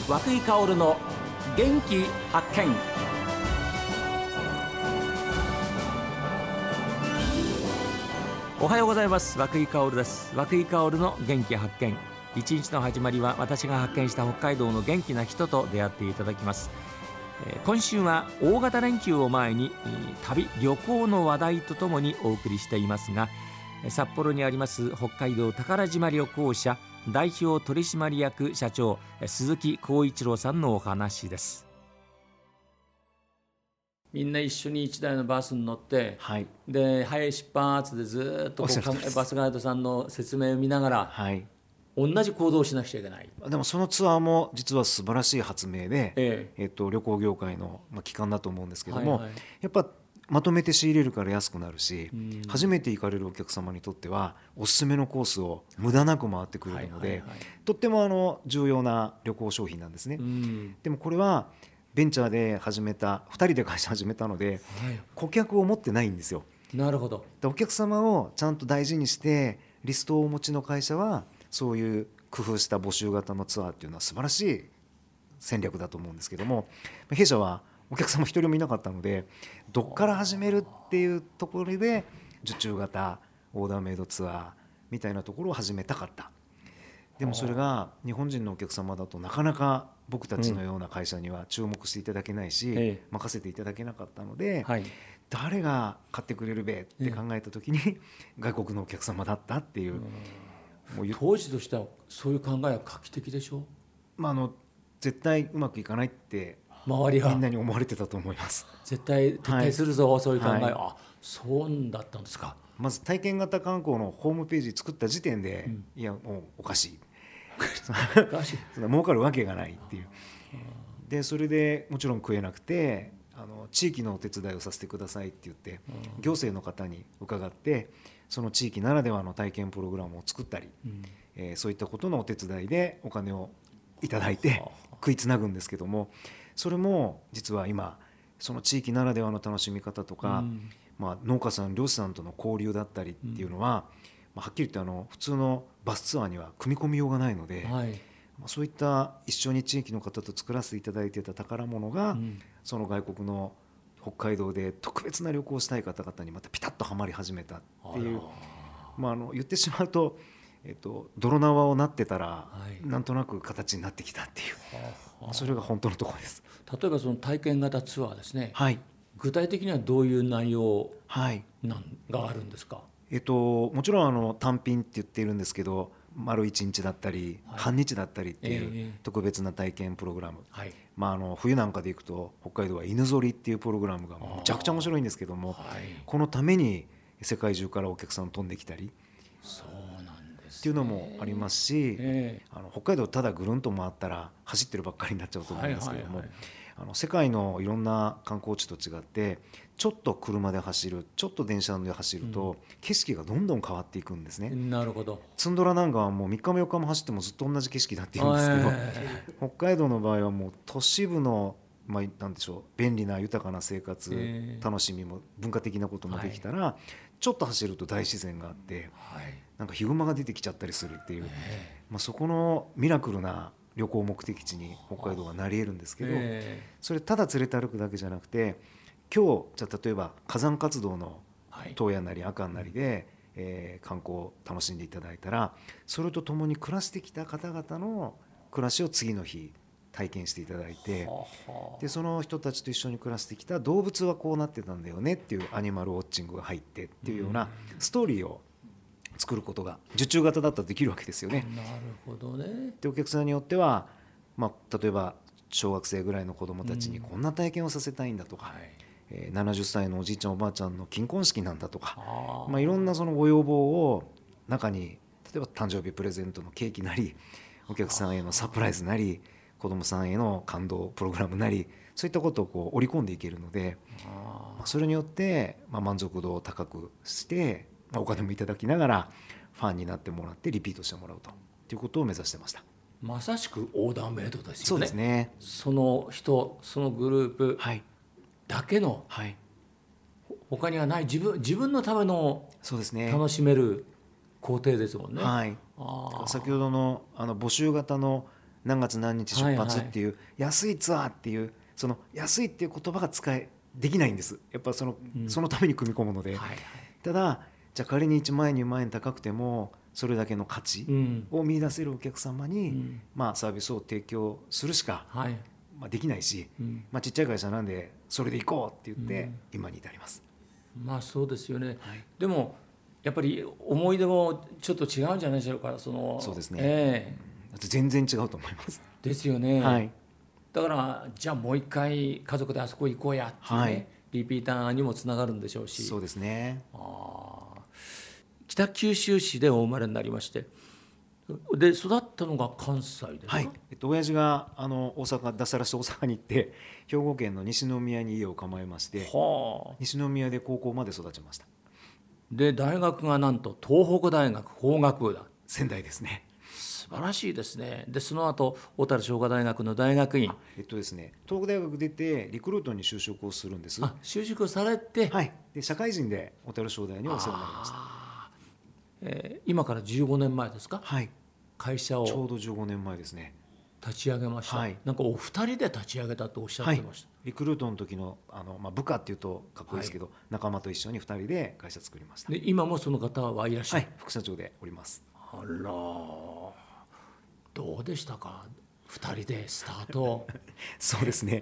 和久井薫の元気発見。おはようございます。和久井薫です。和久井薫の元気発見。一日の始まりは私が発見した北海道の元気な人と出会っていただきます。今週は大型連休を前に旅行の話題とともにお送りしていますが、札幌にあります北海道宝島旅行社代表取締役社長鈴木浩一郎さんのお話です。みんな一緒に一台のバスに乗って、 はい、 で出発でずっとバスガイドさんの説明を見ながら、はい、同じ行動をしなくちゃいけない。 でもそのツアーも実は素晴らしい発明で、旅行業界の基幹だと思うんですけども、やっぱまとめて仕入れるから安くなるし、初めて行かれるお客様にとってはおすすめのコースを無駄なく回ってくれるので、とっても重要な旅行商品なんですね。でもこれはベンチャーで始めた2人で会社始めたので、顧客を持ってないんですよ。 なるほど。 お客様をちゃんと大事にしてリストをお持ちの会社はそういう工夫した募集型のツアーっていうのは素晴らしい戦略だと思うんですけども、弊社はお客様一人もいなかったので、どっから始めるっていうところで受注型オーダーメイドツアーみたいなところを始めたかった。でもそれが日本人のお客様だとなかなか僕たちのような会社には注目していただけないし、任せていただけなかったので、誰が買ってくれるべって考えた時に外国のお客様だったっていう。 もう当時としてはそういう考えは画期的でしょ。 絶対うまくいかないって周りはみんなに思われてたと思います。 絶対撤退するぞ、そういう考え、あ、そうだったんですか。 まず体験型観光のホームページ作った時点で、いやもうおかしいそんな儲かるわけがないっていう。でそれでもちろん食えなくて、地域のお手伝いをさせてくださいって言って行政の方に伺って、その地域ならではの体験プログラムを作ったり、そういったことのお手伝いでお金をいただいて食いつなぐんですけども、それも実は今その地域ならではの楽しみ方とか、農家さん漁師さんとの交流だったりっていうのは、はっきり言って普通のバスツアーには組み込みようがないので、そういった一緒に地域の方と作らせていただいていた宝物が、その外国の北海道で特別な旅行をしたい方々にまたピタッとはまり始めたっていう、言ってしまうと、泥縄をなってたら、なんとなく形になってきたっていう、それが本当のところです。 例えばその体験型ツアーですね、具体的にはどういう内容があるんですか。 もちろん単品って言っているんですけど、丸1日だったり、半日だったりっていう特別な体験プログラム、冬なんかで行くと北海道は犬ぞりっていうプログラムがむちゃくちゃ面白いんですけども、このために世界中からお客さん飛んできたりっていうのもありますし、北海道ただぐるんと回ったら走ってるばっかりになっちゃうと思うんですけども、世界のいろんな観光地と違ってちょっと車で走る、ちょっと電車で走ると、景色がどんどん変わっていくんですね。 なるほど。 ツンドラなんかはもう3日も4日も走ってもずっと同じ景色だって言うんですけど、北海道の場合はもう都市部のなんでしょう、便利な豊かな生活、楽しみも文化的なこともできたら、ちょっと走ると大自然があって、なんかヒグマが出てきちゃったりするっていう、そこのミラクルな旅行目的地に北海道はなり得るんですけど、それただ連れて歩くだけじゃなくて、今日じゃあ例えば火山活動の洞爺なり阿寒なりで、観光を楽しんでいただいたら、それとともに暮らしてきた方々の暮らしを次の日体験していただいて、でその人たちと一緒に暮らしてきた動物はこうなってたんだよねっていうアニマルウォッチングが入ってっていうようなストーリーを作ることが受注型だったらできるわけですよね。 なるほどね。 でお客さんによっては、例えば小学生ぐらいの子どもたちにこんな体験をさせたいんだとか、70歳のおじいちゃんおばあちゃんの金婚式なんだとか、いろんなそのご要望を中に、例えば誕生日プレゼントのケーキなり、お客さんへのサプライズなり、子どもさんへの感動プログラムなり、そういったことを織り込んでいけるので、それによって満足度を高くして、お金もいただきながらファンになってもらってリピートしてもらうということを目指してました。 まさしくオーダーメイドですよね。 そうですね。 その人、そのグループだけの、他にはない自分のための楽しめる工程ですもんね。 先ほどの募集型の何月何日出発っていう安いツアーっていう、その安いっていう言葉ができないんです。やっぱそのために組み込むので、ただじゃあ仮に1万円2万円高くてもそれだけの価値を見出せるお客様に、サービスを提供するしか、できないし、ちっちゃい会社なんでそれで行こうって言って今に至ります。 そうですよね、でもやっぱり思い出もちょっと違うんじゃないでしょうか。 そうですね、全然違うと思います。 ですよね、だからじゃあもう一回家族であそこ行こうやっていうね、リピーターにもつながるんでしょうし。 そうですね。 北九州市でお生まれになりまして、で育ったのが関西ですか。 親父が大阪脱サラして大阪に行って兵庫県の西宮に家を構えまして、西宮で高校まで育ちました。 で大学がなんと東北大学法学部だ。 仙台ですね。 素晴らしいですね。でその後小樽商科大学の大学院、 ですね、東北大学出てリクルートに就職をするんです。 就職されて、 で社会人で小樽商大にお世話になりました。 今から15年前ですか。会社をちょうど15年前ですね、 立ち上げました。なんかお二人で立ち上げたとおっしゃってました。 リクルートの時の部下っていうとかっこいいですけど、仲間と一緒に2人で会社作りました。 で今もその方はいらっしゃる。 副社長でおります。 あら、どうでしたか2人でスタート。 そうですね、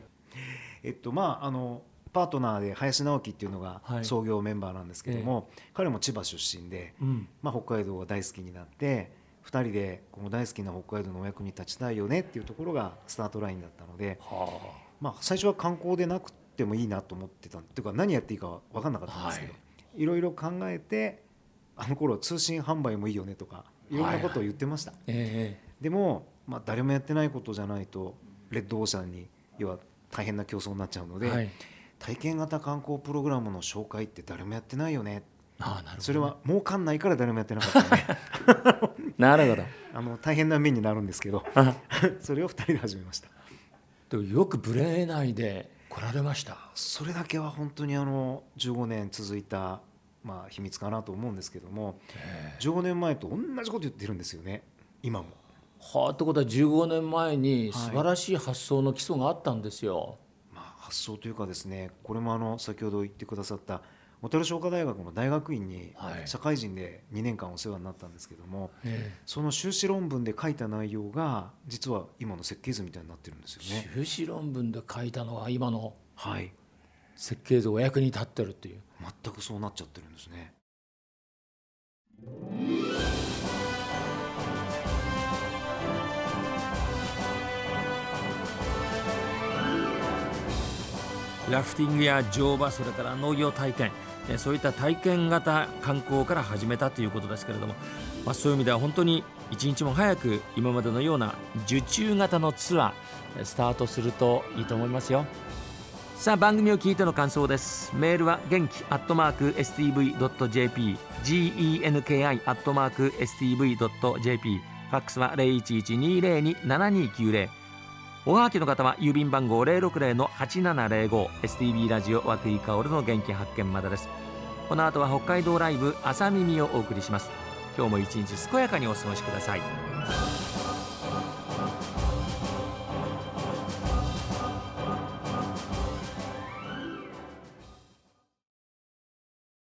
パートナーで林直樹っていうのが創業メンバーなんですけども、彼も千葉出身で、北海道が大好きになって2人でこの大好きな北海道のお役に立ちたいよねっていうところがスタートラインだったので、最初は観光でなくてもいいなと思ってたっていうか、何やっていいか分かんなかったんですけど、いろいろ考えて、あの頃通信販売もいいよねとかいろんなことを言ってました。でも、誰もやってないことじゃないとレッドオーシャンに要は大変な競争になっちゃうので、体験型観光プログラムの紹介って誰もやってないよね。それは儲かんないから誰もやってなかったね。 なるほど。 大変な面になるんですけどそれを2人で始めました。 でもよくブレないで来られました。 それだけは本当に15年続いた、秘密かなと思うんですけども、15年前と同じこと言ってるんですよね今も。 ってことは15年前に素晴らしい発想の基礎があったんですよ。 発想というかですね、これも先ほど言ってくださった小樽商科大学の大学院に社会人で2年間お世話になったんですけども、その修士論文で書いた内容が実は今の設計図みたいになってるんですよね。 修士論文で書いたのは今の設計図お役に立ってるっていう。 全くそうなっちゃってるんですね。 ラフティングや乗馬、それから農業体験、そういった体験型観光から始めたということですけれども、そういう意味では本当に一日も早く今までのような受注型のツアースタートするといいと思いますよ。さあ番組を聞いての感想です。メールは元気@stv.jp genki@stv.jp、 ファックスは 0112027290。おはがきの方は郵便番号 060-8705 STB ラジオ和久井薫の元気発見までです。この後は北海道ライブ朝耳をお送りします。今日も一日健やかにお過ごしください。